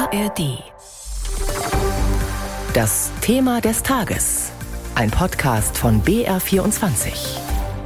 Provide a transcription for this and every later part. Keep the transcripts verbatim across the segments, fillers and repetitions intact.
A R D. Das Thema des Tages. Ein Podcast von B R vierundzwanzig.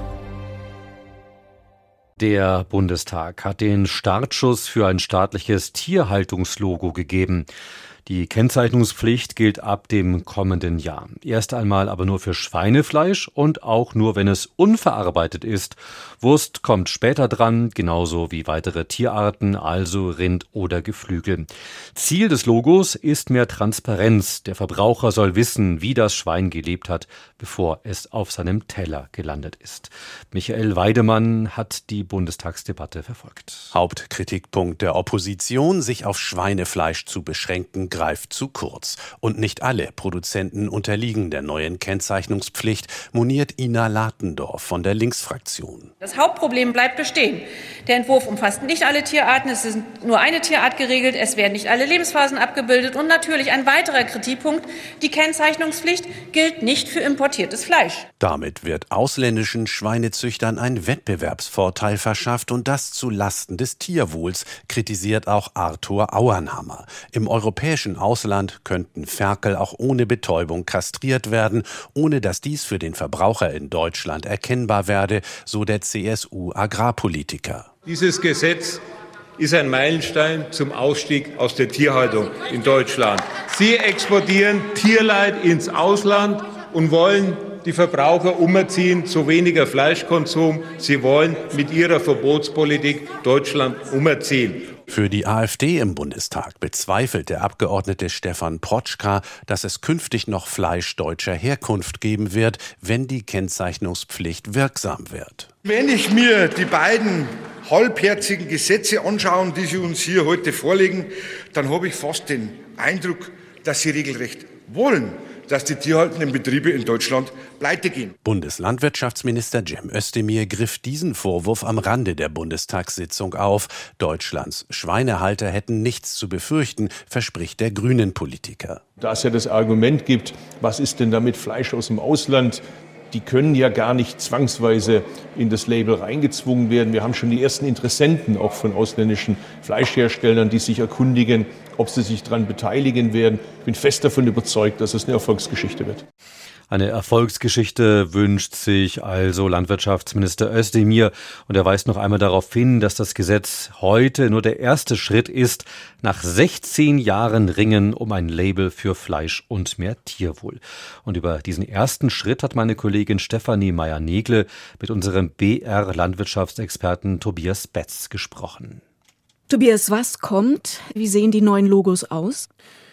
Der Bundestag hat den Startschuss für ein staatliches Tierhaltungslogo gegeben. Die Kennzeichnungspflicht gilt ab dem kommenden Jahr. Erst einmal aber nur für Schweinefleisch und auch nur, wenn es unverarbeitet ist. Wurst kommt später dran, genauso wie weitere Tierarten, also Rind oder Geflügel. Ziel des Logos ist mehr Transparenz. Der Verbraucher soll wissen, wie das Schwein gelebt hat, bevor es auf seinem Teller gelandet ist. Michael Weidemann hat die Bundestagsdebatte verfolgt. Hauptkritikpunkt der Opposition, sich auf Schweinefleisch zu beschränken, greift zu kurz. Und nicht alle Produzenten unterliegen der neuen Kennzeichnungspflicht, moniert Ina Latendorf von der Linksfraktion. Das Hauptproblem bleibt bestehen. Der Entwurf umfasst nicht alle Tierarten, es ist nur eine Tierart geregelt, es werden nicht alle Lebensphasen abgebildet und natürlich ein weiterer Kritikpunkt, die Kennzeichnungspflicht gilt nicht für importiertes Fleisch. Damit wird ausländischen Schweinezüchtern ein Wettbewerbsvorteil verschafft und das zu Lasten des Tierwohls, kritisiert auch Arthur Auernhammer. Im europäischen Ausland könnten Ferkel auch ohne Betäubung kastriert werden, ohne dass dies für den Verbraucher in Deutschland erkennbar werde, so der C S U-Agrarpolitiker. Dieses Gesetz ist ein Meilenstein zum Ausstieg aus der Tierhaltung in Deutschland. Sie exportieren Tierleid ins Ausland und wollen die Verbraucher umerziehen zu weniger Fleischkonsum. Sie wollen mit ihrer Verbotspolitik Deutschland umerziehen. Für die AfD im Bundestag bezweifelt der Abgeordnete Stefan Protschka, dass es künftig noch Fleisch deutscher Herkunft geben wird, wenn die Kennzeichnungspflicht wirksam wird. Wenn ich mir die beiden halbherzigen Gesetze anschaue, die Sie uns hier heute vorlegen, dann habe ich fast den Eindruck, dass Sie regelrecht wollen, dass die tierhaltenden Betriebe in Deutschland pleite gehen. Bundeslandwirtschaftsminister Cem Özdemir griff diesen Vorwurf am Rande der Bundestagssitzung auf. Deutschlands Schweinehalter hätten nichts zu befürchten, verspricht der Grünen-Politiker. Da es ja das Argument gibt, was ist denn damit Fleisch aus dem Ausland? Die können ja gar nicht zwangsweise in das Label reingezwungen werden. Wir haben schon die ersten Interessenten, auch von ausländischen Fleischherstellern, die sich erkundigen, ob sie sich daran beteiligen werden. Ich bin fest davon überzeugt, dass es eine Erfolgsgeschichte wird. Eine Erfolgsgeschichte wünscht sich also Landwirtschaftsminister Özdemir. Und er weist noch einmal darauf hin, dass das Gesetz heute nur der erste Schritt ist, nach sechzehn Jahren Ringen um ein Label für Fleisch und mehr Tierwohl. Und über diesen ersten Schritt hat meine Kollegin Stefanie Meyer-Negle mit unserem B R-Landwirtschaftsexperten Tobias Betz gesprochen. Tobias, was kommt? Wie sehen die neuen Logos aus?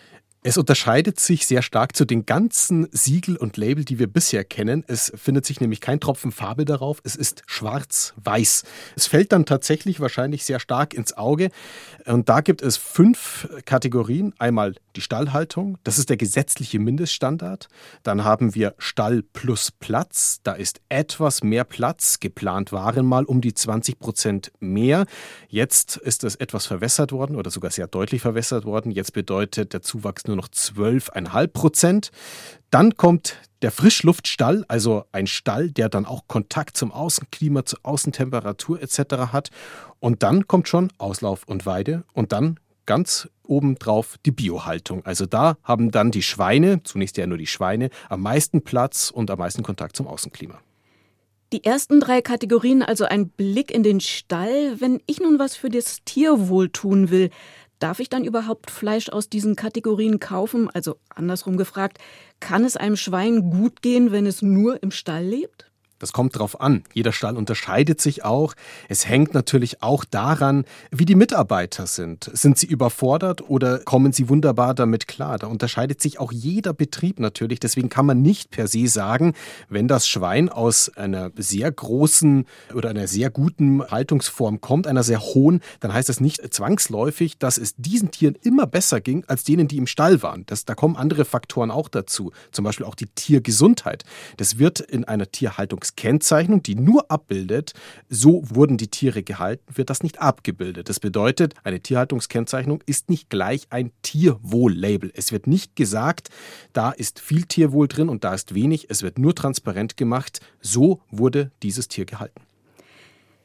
Es unterscheidet sich sehr stark zu den ganzen Siegel und Label, die wir bisher kennen. Es findet sich nämlich kein Tropfen Farbe darauf. Es ist schwarz-weiß. Es fällt dann tatsächlich wahrscheinlich sehr stark ins Auge. Und da gibt es fünf Kategorien. Einmal die Stallhaltung. Das ist der gesetzliche Mindeststandard. Dann haben wir Stall plus Platz. Da ist etwas mehr Platz. Geplant waren mal um die zwanzig Prozent mehr. Jetzt ist es etwas verwässert worden oder sogar sehr deutlich verwässert worden. Jetzt bedeutet der Zuwachs nur noch zwölf Komma fünf Prozent. Dann kommt der Frischluftstall, also ein Stall, der dann auch Kontakt zum Außenklima, zur Außentemperatur et cetera hat. Und dann kommt schon Auslauf und Weide und dann ganz obendrauf die Biohaltung. Also da haben dann die Schweine, zunächst ja nur die Schweine, am meisten Platz und am meisten Kontakt zum Außenklima. Die ersten drei Kategorien, also ein Blick in den Stall. Wenn ich nun was für das Tierwohl tun will, darf ich dann überhaupt Fleisch aus diesen Kategorien kaufen? Also andersrum gefragt, kann es einem Schwein gut gehen, wenn es nur im Stall lebt? Das kommt drauf an. Jeder Stall unterscheidet sich auch. Es hängt natürlich auch daran, wie die Mitarbeiter sind. Sind sie überfordert oder kommen sie wunderbar damit klar? Da unterscheidet sich auch jeder Betrieb natürlich. Deswegen kann man nicht per se sagen, wenn das Schwein aus einer sehr großen oder einer sehr guten Haltungsform kommt, einer sehr hohen, dann heißt das nicht zwangsläufig, dass es diesen Tieren immer besser ging, als denen, die im Stall waren. Das, da kommen andere Faktoren auch dazu. Zum Beispiel auch die Tiergesundheit. Das wird in einer Tierhaltung Kennzeichnung, die nur abbildet, so wurden die Tiere gehalten, wird das nicht abgebildet. Das bedeutet, eine Tierhaltungskennzeichnung ist nicht gleich ein Tierwohl-Label. Es wird nicht gesagt, da ist viel Tierwohl drin und da ist wenig. Es wird nur transparent gemacht, so wurde dieses Tier gehalten.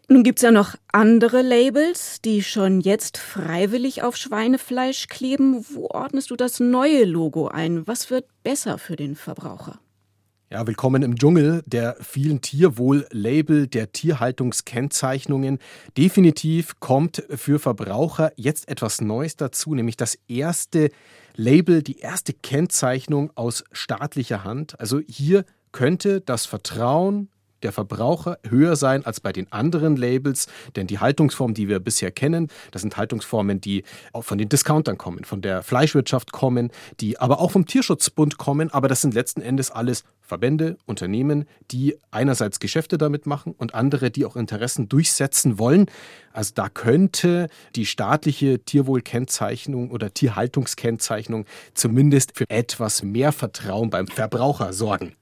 Nun gibt's ja noch andere Labels, die schon jetzt freiwillig auf Schweinefleisch kleben. Wo ordnest du das neue Logo ein? Was wird besser für den Verbraucher? Ja, willkommen im Dschungel der vielen Tierwohl-Label, der Tierhaltungskennzeichnungen. Definitiv kommt für Verbraucher jetzt etwas Neues dazu, nämlich das erste Label, die erste Kennzeichnung aus staatlicher Hand. Also hier könnte das Vertrauen der Verbraucher höher sein als bei den anderen Labels, denn die Haltungsformen, die wir bisher kennen, das sind Haltungsformen, die auch von den Discountern kommen, von der Fleischwirtschaft kommen, die aber auch vom Tierschutzbund kommen, aber das sind letzten Endes alles Verbände, Unternehmen, die einerseits Geschäfte damit machen und andere, die auch Interessen durchsetzen wollen. Also da könnte die staatliche Tierwohlkennzeichnung oder Tierhaltungskennzeichnung zumindest für etwas mehr Vertrauen beim Verbraucher sorgen.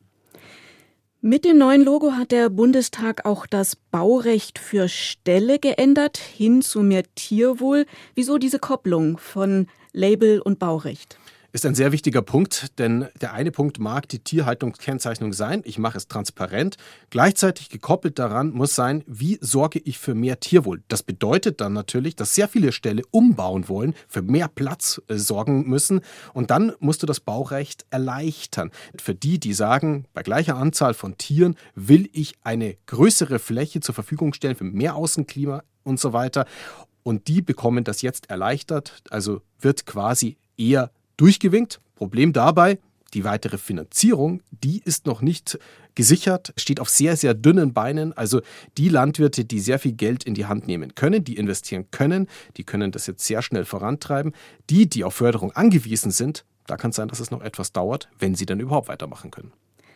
Mit dem neuen Logo hat der Bundestag auch das Baurecht für Ställe geändert, hin zu mehr Tierwohl. Wieso diese Kopplung von Label und Baurecht? Ist ein sehr wichtiger Punkt, denn der eine Punkt mag die Tierhaltungskennzeichnung sein, ich mache es transparent. Gleichzeitig gekoppelt daran muss sein, wie sorge ich für mehr Tierwohl. Das bedeutet dann natürlich, dass sehr viele Ställe umbauen wollen, für mehr Platz äh, sorgen müssen und dann musst du das Baurecht erleichtern. Für die, die sagen, bei gleicher Anzahl von Tieren will ich eine größere Fläche zur Verfügung stellen für mehr Außenklima und so weiter und die bekommen das jetzt erleichtert, also wird quasi eher durchgewinkt. Problem dabei, die weitere Finanzierung, die ist noch nicht gesichert, steht auf sehr, sehr dünnen Beinen. Also die Landwirte, die sehr viel Geld in die Hand nehmen können, die investieren können, die können das jetzt sehr schnell vorantreiben. Die, die auf Förderung angewiesen sind, da kann es sein, dass es noch etwas dauert, wenn sie dann überhaupt weitermachen können.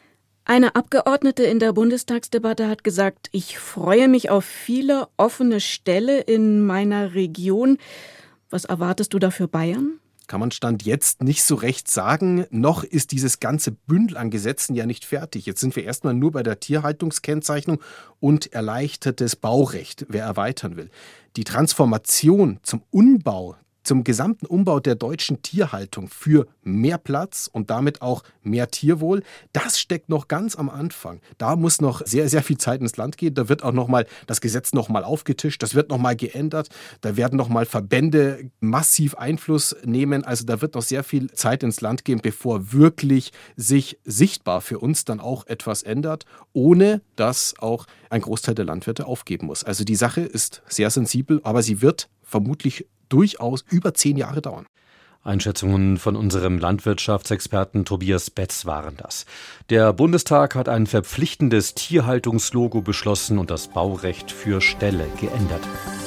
Eine Abgeordnete in der Bundestagsdebatte hat gesagt, ich freue mich auf viele offene Ställe in meiner Region. Was erwartest du da für Bayern? Kann man Stand jetzt nicht so recht sagen. Noch ist dieses ganze Bündel an Gesetzen ja nicht fertig. Jetzt sind wir erstmal nur bei der Tierhaltungskennzeichnung und erleichtertes Baurecht, wer erweitern will. Die Transformation zum Umbau, zum gesamten Umbau der deutschen Tierhaltung für mehr Platz und damit auch mehr Tierwohl, das steckt noch ganz am Anfang. Da muss noch sehr, sehr viel Zeit ins Land gehen. Da wird auch noch mal das Gesetz noch mal aufgetischt, das wird noch mal geändert. Da werden noch mal Verbände massiv Einfluss nehmen. Also da wird noch sehr viel Zeit ins Land gehen, bevor wirklich sich sichtbar für uns dann auch etwas ändert, ohne dass auch ein Großteil der Landwirte aufgeben muss. Also die Sache ist sehr sensibel, aber sie wird vermutlich durchaus über zehn Jahre dauern. Einschätzungen von unserem Landwirtschaftsexperten Tobias Betz waren das. Der Bundestag hat ein verpflichtendes Tierhaltungslogo beschlossen und das Baurecht für Ställe geändert.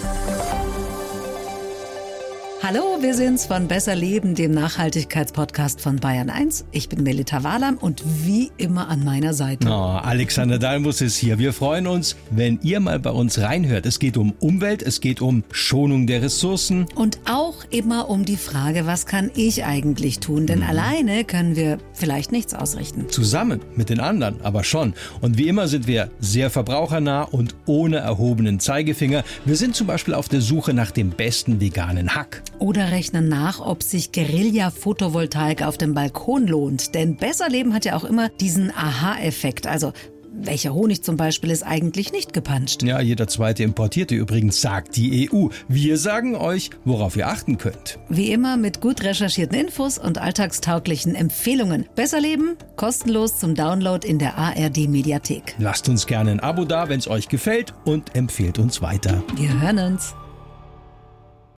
Hallo, wir sind's von Besser Leben, dem Nachhaltigkeitspodcast von Bayern eins. Ich bin Melita Wahlam und wie immer an meiner Seite. Oh, Alexander Dalmus ist hier. Wir freuen uns, wenn ihr mal bei uns reinhört. Es geht um Umwelt, es geht um Schonung der Ressourcen. Und auch immer um die Frage, was kann ich eigentlich tun? Denn mhm. alleine können wir vielleicht nichts ausrichten. Zusammen mit den anderen aber schon. Und wie immer sind wir sehr verbrauchernah und ohne erhobenen Zeigefinger. Wir sind zum Beispiel auf der Suche nach dem besten veganen Hack. Oder rechnen nach, ob sich Guerilla-Photovoltaik auf dem Balkon lohnt. Denn Besser Leben hat ja auch immer diesen Aha-Effekt. Also, welcher Honig zum Beispiel ist eigentlich nicht gepanscht? Ja, jeder zweite Importierte übrigens, sagt die E U. Wir sagen euch, worauf ihr achten könnt. Wie immer mit gut recherchierten Infos und alltagstauglichen Empfehlungen. Besser Leben, kostenlos zum Download in der A R D-Mediathek. Lasst uns gerne ein Abo da, wenn es euch gefällt und empfehlt uns weiter. Wir hören uns.